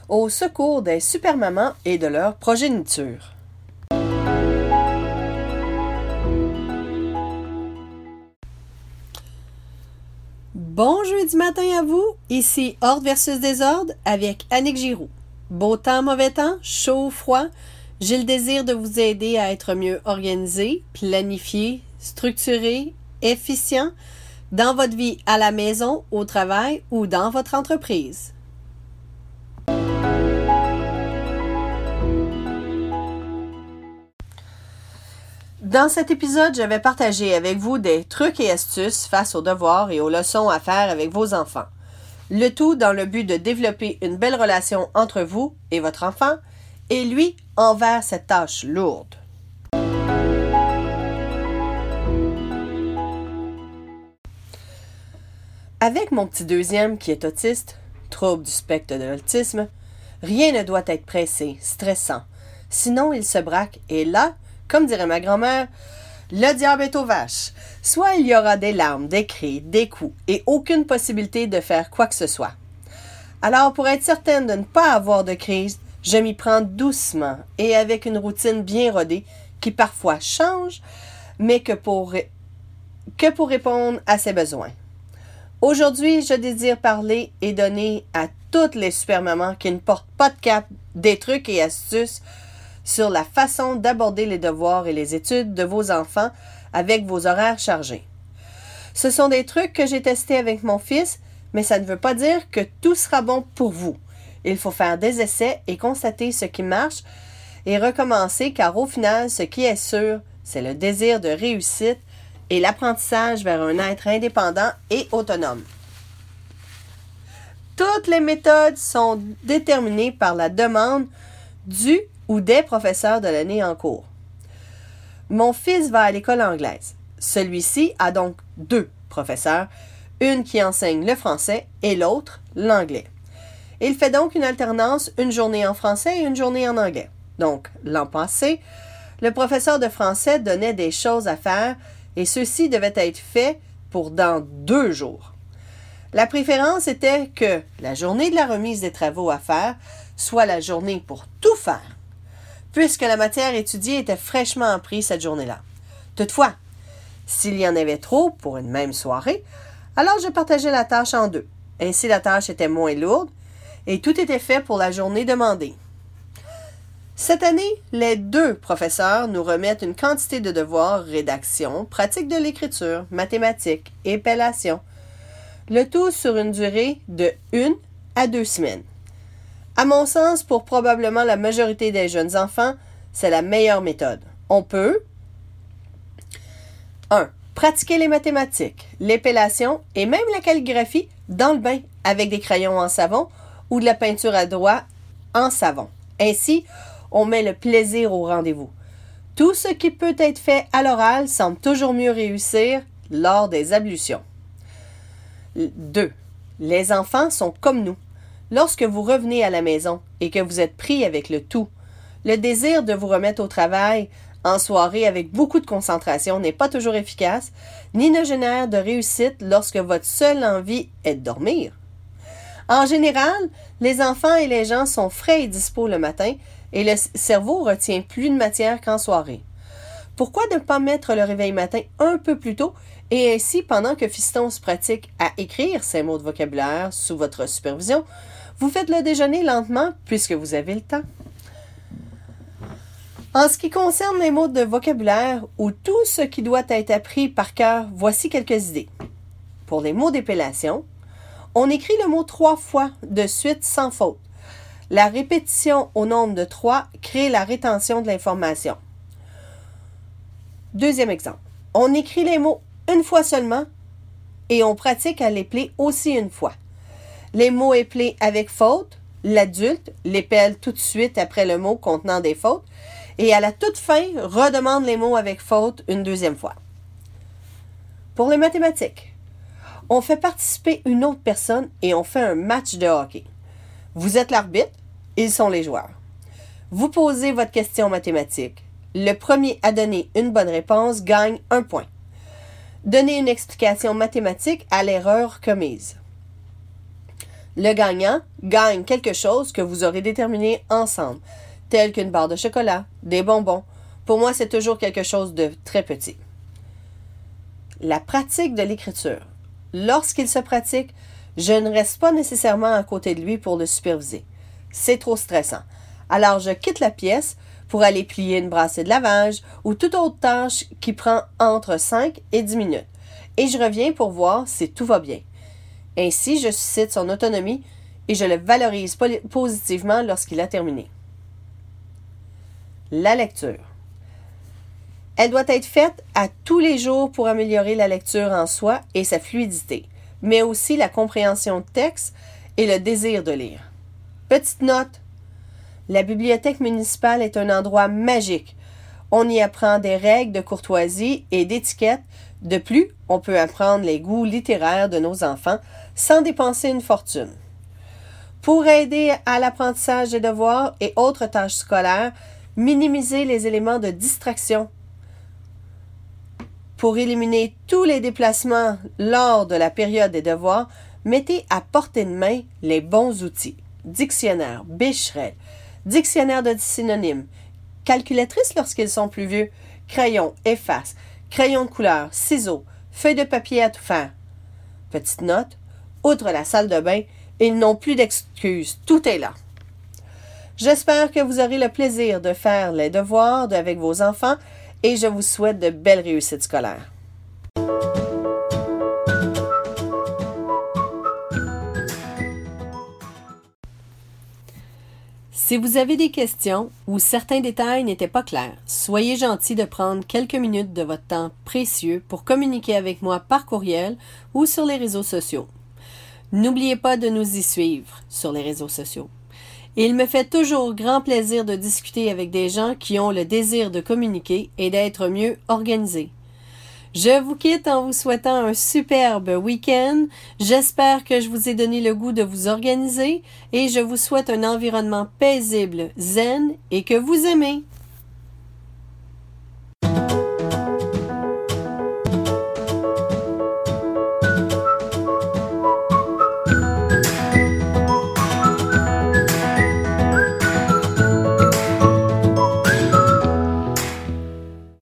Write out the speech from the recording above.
au secours des supermamans et de leur progéniture. Bon jeudi matin à vous, ici Ordre versus Désordre avec Annick Giroux. Beau temps, mauvais temps, chaud, froid, j'ai le désir de vous aider à être mieux organisé, planifié, structuré, efficient dans votre vie à la maison, au travail ou dans votre entreprise. Dans cet épisode, je vais partager avec vous des trucs et astuces face aux devoirs et aux leçons à faire avec vos enfants. Le tout dans le but de développer une belle relation entre vous et votre enfant et lui envers cette tâche lourde. Avec mon petit deuxième qui est autiste, trouble du spectre de l'autisme, rien ne doit être pressé, stressant. Sinon, il se braque et là, comme dirait ma grand-mère, le diable est aux vaches. Soit il y aura des larmes, des cris, des coups et aucune possibilité de faire quoi que ce soit. Alors, pour être certaine de ne pas avoir de crise, je m'y prends doucement et avec une routine bien rodée qui parfois change, mais que pour répondre à ses besoins. Aujourd'hui, je désire parler et donner à toutes les supermamans qui ne portent pas de cap des trucs et astuces sur la façon d'aborder les devoirs et les études de vos enfants avec vos horaires chargés. Ce sont des trucs que j'ai testés avec mon fils, mais ça ne veut pas dire que tout sera bon pour vous. Il faut faire des essais et constater ce qui marche et recommencer car au final, ce qui est sûr, c'est le désir de réussite et l'apprentissage vers un être indépendant et autonome. Toutes les méthodes sont déterminées par la demande du ou des professeurs de l'année en cours. Mon fils va à l'école anglaise. Celui-ci a donc 2 professeurs, une qui enseigne le français et l'autre l'anglais. Il fait donc une alternance, une journée en français et une journée en anglais. Donc, l'an passé, le professeur de français donnait des choses à faire et ceux-ci devaient être faits pour dans 2 jours. La préférence était que la journée de la remise des travaux à faire soit la journée pour tout faire, puisque la matière étudiée était fraîchement apprise cette journée-là. Toutefois, s'il y en avait trop pour une même soirée, alors je partageais la tâche en 2. Ainsi, la tâche était moins lourde et tout était fait pour la journée demandée. Cette année, les 2 professeurs nous remettent une quantité de devoirs, rédaction, pratique de l'écriture, mathématiques, épellation, le tout sur une durée de 1 à 2 semaines. À mon sens, pour probablement la majorité des jeunes enfants, c'est la meilleure méthode. On peut 1. Pratiquer les mathématiques, l'épellation et même la calligraphie dans le bain avec des crayons en savon ou de la peinture à doigts en savon. Ainsi, on met le plaisir au rendez-vous. Tout ce qui peut être fait à l'oral semble toujours mieux réussir lors des ablutions. 2. Les enfants sont comme nous. Lorsque vous revenez à la maison et que vous êtes pris avec le tout, le désir de vous remettre au travail en soirée avec beaucoup de concentration n'est pas toujours efficace, ni ne génère de réussite lorsque votre seule envie est de dormir. En général, les enfants et les gens sont frais et dispos le matin et le cerveau retient plus de matière qu'en soirée. Pourquoi ne pas mettre le réveil matin un peu plus tôt et ainsi, pendant que Fiston se pratique à écrire ses mots de vocabulaire sous votre supervision, vous faites le déjeuner lentement puisque vous avez le temps. En ce qui concerne les mots de vocabulaire ou tout ce qui doit être appris par cœur, voici quelques idées. Pour les mots d'épellation, on écrit le mot 3 fois de suite sans faute. La répétition au nombre de 3 crée la rétention de l'information. Deuxième exemple. On écrit les mots une fois seulement et on pratique à l'épeler aussi une fois. Les mots épelés avec faute, l'adulte l'épelle tout de suite après le mot contenant des fautes et à la toute fin, redemande les mots avec faute une deuxième fois. Pour les mathématiques, on fait participer une autre personne et on fait un match de hockey. Vous êtes l'arbitre, ils sont les joueurs. Vous posez votre question mathématique. Le premier à donner une bonne réponse gagne 1 point. Donnez une explication mathématique à l'erreur commise. Le gagnant gagne quelque chose que vous aurez déterminé ensemble, tel qu'une barre de chocolat, des bonbons. Pour moi, c'est toujours quelque chose de très petit. La pratique de l'écriture. Lorsqu'il se pratique, je ne reste pas nécessairement à côté de lui pour le superviser. C'est trop stressant. Alors, je quitte la pièce pour aller plier une brassée de lavage ou toute autre tâche qui prend entre 5 et 10 minutes. Et je reviens pour voir si tout va bien. Ainsi, je suscite son autonomie et je le valorise positivement lorsqu'il a terminé. La lecture. Elle doit être faite à tous les jours pour améliorer la lecture en soi et sa fluidité, mais aussi la compréhension de texte et le désir de lire. Petite note. La bibliothèque municipale est un endroit magique. On y apprend des règles de courtoisie et d'étiquette. De plus, on peut apprendre les goûts littéraires de nos enfants sans dépenser une fortune. Pour aider à l'apprentissage des devoirs et autres tâches scolaires, minimisez les éléments de distraction. Pour éliminer tous les déplacements lors de la période des devoirs, mettez à portée de main les bons outils. Dictionnaire, Becherel, dictionnaire de synonymes, calculatrice lorsqu'ils sont plus vieux, crayon, efface, crayon de couleur, ciseaux, feuilles de papier à tout faire. Petite note, outre la salle de bain, ils n'ont plus d'excuses, tout est là. J'espère que vous aurez le plaisir de faire les devoirs avec vos enfants et je vous souhaite de belles réussites scolaires. Si vous avez des questions ou certains détails n'étaient pas clairs, soyez gentil de prendre quelques minutes de votre temps précieux pour communiquer avec moi par courriel ou sur les réseaux sociaux. N'oubliez pas de nous y suivre sur les réseaux sociaux. Il me fait toujours grand plaisir de discuter avec des gens qui ont le désir de communiquer et d'être mieux organisés. Je vous quitte en vous souhaitant un superbe week-end. J'espère que je vous ai donné le goût de vous organiser et je vous souhaite un environnement paisible, zen et que vous aimez.